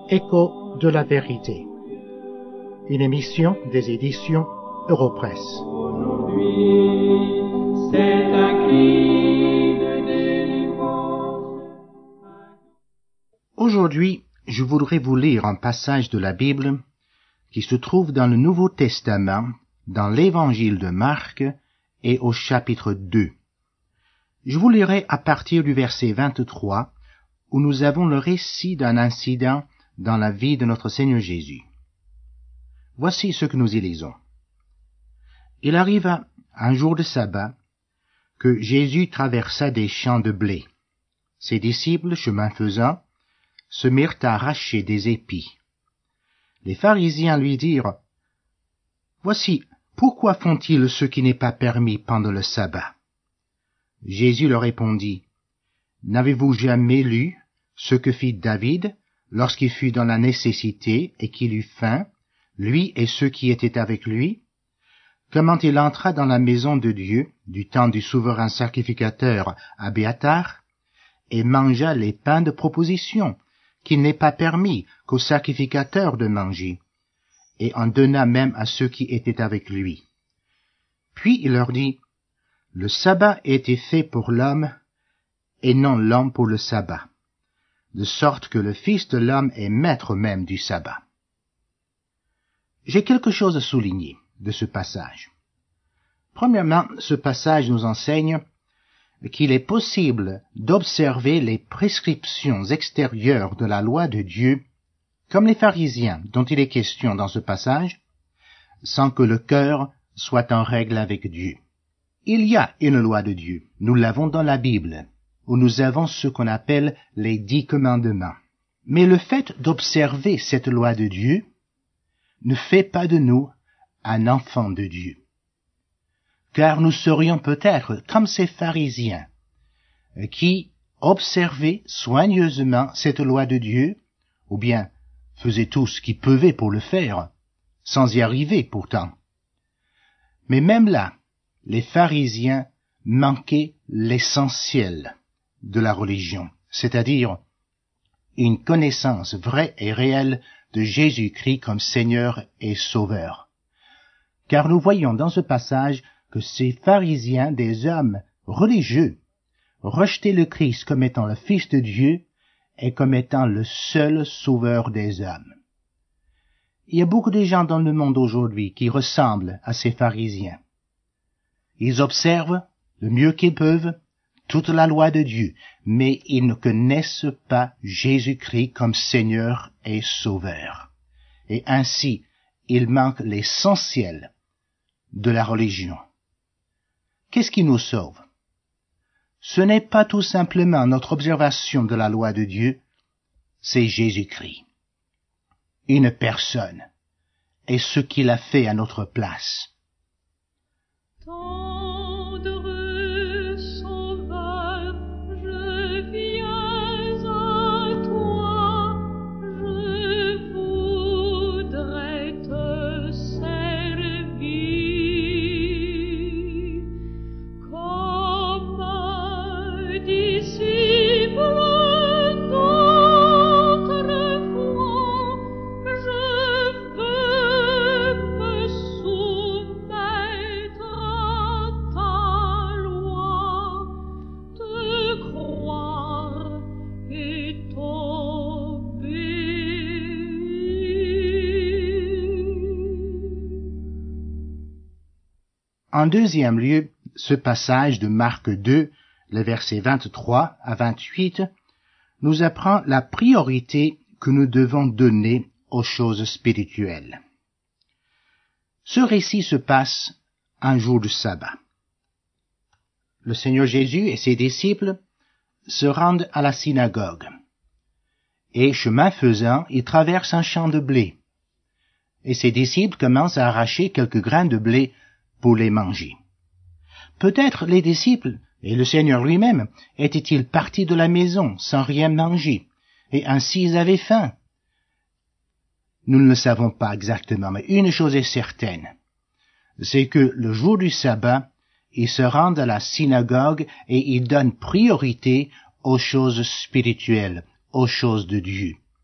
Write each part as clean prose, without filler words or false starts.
Écho de la vérité. Une émission des éditions Europresse. C'est un cri de délivrance. Aujourd'hui, je voudrais vous lire un passage de la Bible qui se trouve dans le Nouveau Testament, dans l'Évangile de Marc et au chapitre 2. Je vous lirai à partir du verset 23, où nous avons le récit d'un incident dans la vie de notre Seigneur Jésus. Voici ce que nous y lisons. Il arriva un jour de sabbat que Jésus traversa des champs de blé. Ses disciples, chemin faisant, se mirent à arracher des épis. Les pharisiens lui dirent, « Voici, pourquoi font-ils ce qui n'est pas permis pendant le sabbat ?» Jésus leur répondit, « N'avez-vous jamais lu ce que fit David lorsqu'il fut dans la nécessité et qu'il eut faim, lui et ceux qui étaient avec lui? Comment il entra dans la maison de Dieu du temps du souverain sacrificateur Abiatar et mangea les pains de proposition qu'il n'est pas permis qu'au sacrificateur de manger, et en donna même à ceux qui étaient avec lui. Puis il leur dit, « Le sabbat a été fait pour l'homme, et non l'homme pour le sabbat, de sorte que le Fils de l'homme est maître même du sabbat. » J'ai quelque chose à souligner de ce passage. Premièrement, ce passage nous enseigne qu'il est possible d'observer les prescriptions extérieures de la loi de Dieu, comme les pharisiens dont il est question dans ce passage, sans que le cœur soit en règle avec Dieu. Il y a une loi de Dieu, nous l'avons dans la Bible, où nous avons ce qu'on appelle les 10 commandements. Mais le fait d'observer cette loi de Dieu ne fait pas de nous un enfant de Dieu. Car nous serions peut-être comme ces pharisiens qui observaient soigneusement cette loi de Dieu, ou bien faisaient tout ce qu'ils pouvaient pour le faire, sans y arriver pourtant. Mais même là, les pharisiens manquaient l'essentiel de la religion, c'est-à-dire une connaissance vraie et réelle de Jésus-Christ comme Seigneur et Sauveur. Car nous voyons dans ce passage que ces pharisiens, des hommes religieux, rejetaient le Christ comme étant le Fils de Dieu et comme étant le seul Sauveur des hommes. Il y a beaucoup de gens dans le monde aujourd'hui qui ressemblent à ces pharisiens. Ils observent le mieux qu'ils peuvent toute la loi de Dieu, mais ils ne connaissent pas Jésus-Christ comme Seigneur et Sauveur. Et ainsi, ils manquent l'essentiel de la religion. Qu'est-ce qui nous sauve? Ce n'est pas tout simplement notre observation de la loi de Dieu, c'est Jésus-Christ. Une personne, et ce qu'il a fait à notre place. En deuxième lieu, ce passage de Marc 2, les versets 23 à 28, nous apprend la priorité que nous devons donner aux choses spirituelles. Ce récit se passe un jour de sabbat. Le Seigneur Jésus et ses disciples se rendent à la synagogue. Et chemin faisant, ils traversent un champ de blé. Et ses disciples commencent à arracher quelques grains de blé pour les manger. Peut-être les disciples et le Seigneur lui-même étaient-ils partis de la maison sans rien manger, et ainsi ils avaient faim. Nous ne le savons pas exactement, mais une chose est certaine, c'est que le jour du sabbat, ils se rendent à la synagogue et ils donnent priorité aux choses spirituelles, aux choses de Dieu.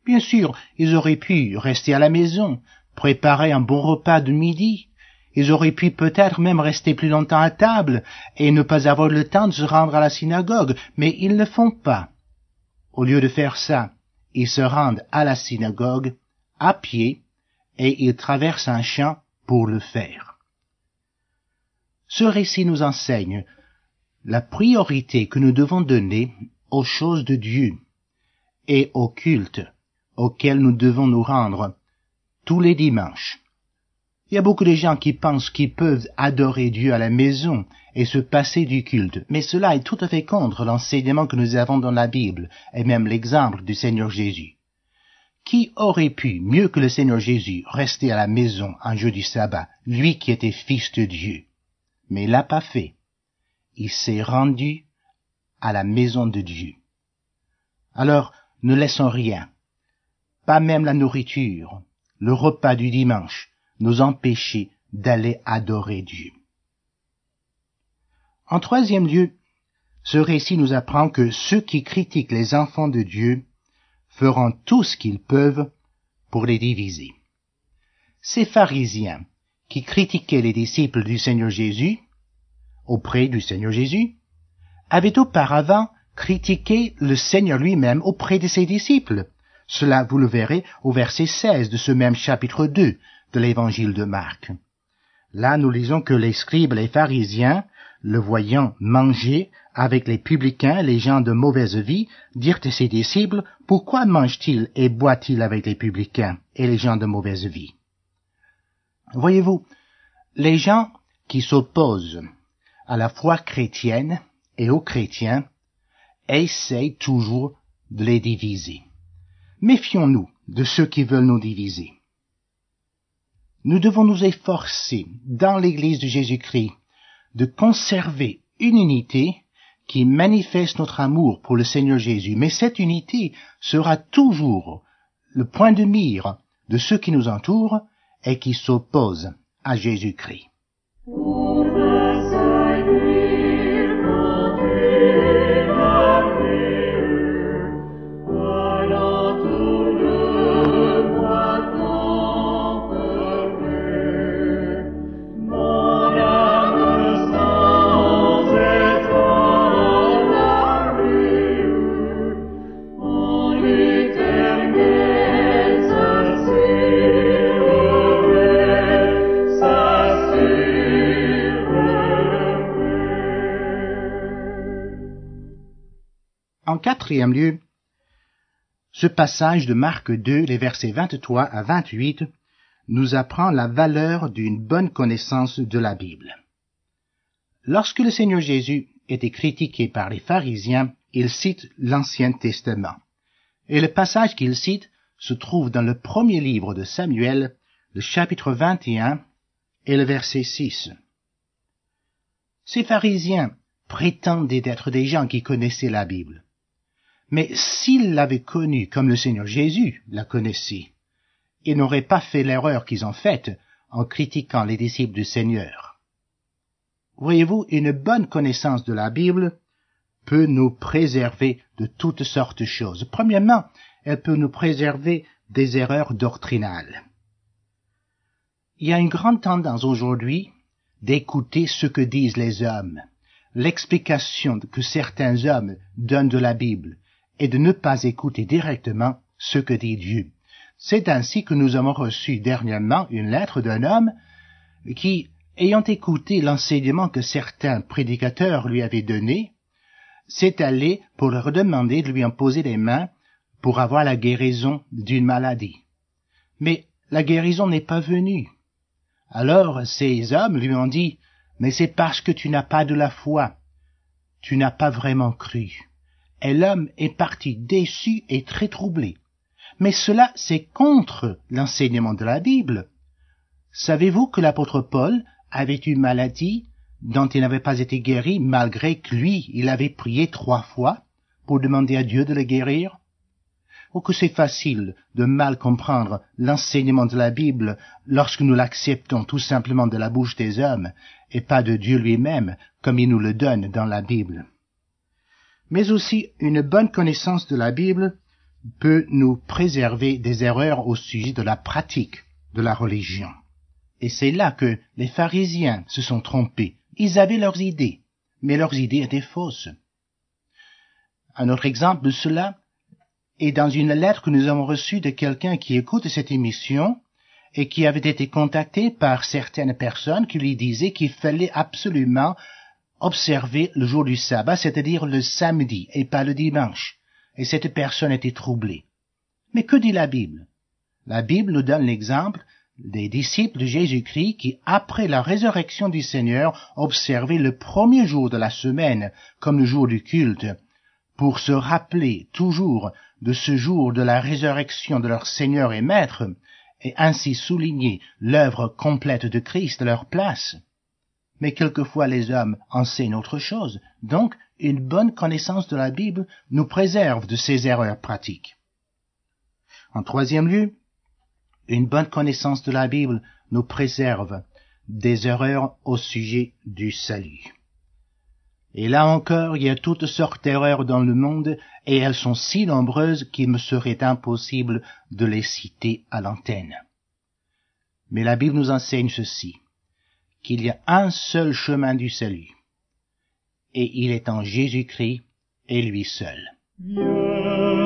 Bien sûr, ils auraient pu rester à la maison, préparer un bon repas de midi. Ils auraient pu peut-être même rester plus longtemps à table et ne pas avoir le temps de se rendre à la synagogue, mais ils ne le font pas. Au lieu de faire ça, ils se rendent à la synagogue à pied et ils traversent un champ pour le faire. Ce récit nous enseigne la priorité que nous devons donner aux choses de Dieu et au culte auquel nous devons nous rendre tous les dimanches. Il y a beaucoup de gens qui pensent qu'ils peuvent adorer Dieu à la maison et se passer du culte, mais cela est tout à fait contre l'enseignement que nous avons dans la Bible et même l'exemple du Seigneur Jésus. Qui aurait pu, mieux que le Seigneur Jésus, rester à la maison un jour du sabbat, lui qui était fils de Dieu? Mais il l'a pas fait. Il s'est rendu à la maison de Dieu. Alors, ne laissons rien, pas même la nourriture, le repas du dimanche, nous empêcher d'aller adorer Dieu. En troisième lieu, ce récit nous apprend que ceux qui critiquent les enfants de Dieu feront tout ce qu'ils peuvent pour les diviser. Ces pharisiens qui critiquaient les disciples du Seigneur Jésus, auprès du Seigneur Jésus, avaient auparavant critiqué le Seigneur lui-même auprès de ses disciples. Cela, vous le verrez au verset 16 de ce même chapitre 2 de l'évangile de Marc. Là, nous lisons que les scribes, les pharisiens, le voyant manger avec les publicains, les gens de mauvaise vie, dirent à ses disciples, « Pourquoi mange-t-il et boit-il avec les publicains et les gens de mauvaise vie ?» Voyez-vous, les gens qui s'opposent à la foi chrétienne et aux chrétiens essayent toujours de les diviser. Méfions-nous de ceux qui veulent nous diviser. Nous devons nous efforcer, dans l'Église de Jésus-Christ, de conserver une unité qui manifeste notre amour pour le Seigneur Jésus. Mais cette unité sera toujours le point de mire de ceux qui nous entourent et qui s'opposent à Jésus-Christ. En quatrième lieu, ce passage de Marc 2, les versets 23 à 28, nous apprend la valeur d'une bonne connaissance de la Bible. Lorsque le Seigneur Jésus était critiqué par les pharisiens, il cite l'Ancien Testament. Et le passage qu'il cite se trouve dans le premier livre de Samuel, le chapitre 21 et le verset 6. Ces pharisiens prétendaient être des gens qui connaissaient la Bible. Mais s'ils l'avaient connue comme le Seigneur Jésus la connaissait, ils n'auraient pas fait l'erreur qu'ils ont faite en critiquant les disciples du Seigneur. Voyez-vous, une bonne connaissance de la Bible peut nous préserver de toutes sortes de choses. Premièrement, elle peut nous préserver des erreurs doctrinales. Il y a une grande tendance aujourd'hui d'écouter ce que disent les hommes, l'explication que certains hommes donnent de la Bible, et de ne pas écouter directement ce que dit Dieu. C'est ainsi que nous avons reçu dernièrement une lettre d'un homme qui, ayant écouté l'enseignement que certains prédicateurs lui avaient donné, s'est allé pour leur demander de lui imposer les mains pour avoir la guérison d'une maladie. Mais la guérison n'est pas venue. Alors ces hommes lui ont dit, « Mais c'est parce que tu n'as pas de la foi. Tu n'as pas vraiment cru. » Et l'homme est parti déçu et très troublé. Mais cela, c'est contre l'enseignement de la Bible. Savez-vous que l'apôtre Paul avait une maladie dont il n'avait pas été guéri malgré que lui, il avait prié 3 fois pour demander à Dieu de le guérir? Ou que c'est facile de mal comprendre l'enseignement de la Bible lorsque nous l'acceptons tout simplement de la bouche des hommes et pas de Dieu lui-même comme il nous le donne dans la Bible. Mais aussi une bonne connaissance de la Bible peut nous préserver des erreurs au sujet de la pratique de la religion. Et c'est là que les pharisiens se sont trompés. Ils avaient leurs idées, mais leurs idées étaient fausses. Un autre exemple de cela est dans une lettre que nous avons reçue de quelqu'un qui écoute cette émission et qui avait été contacté par certaines personnes qui lui disaient qu'il fallait absolument observer le jour du sabbat, c'est-à-dire le samedi et pas le dimanche. Et cette personne était troublée. Mais que dit la Bible? La Bible nous donne l'exemple des disciples de Jésus-Christ qui, après la résurrection du Seigneur, observaient le premier jour de la semaine comme le jour du culte, pour se rappeler toujours de ce jour de la résurrection de leur Seigneur et Maître, et ainsi souligner l'œuvre complète de Christ à leur place. Mais quelquefois les hommes enseignent autre chose, donc une bonne connaissance de la Bible nous préserve de ces erreurs pratiques. En troisième lieu, une bonne connaissance de la Bible nous préserve des erreurs au sujet du salut. Et là encore, il y a toutes sortes d'erreurs dans le monde, et elles sont si nombreuses qu'il me serait impossible de les citer à l'antenne. Mais la Bible nous enseigne ceci, qu'il y a un seul chemin du salut, et il est en Jésus-Christ et lui seul. Viens,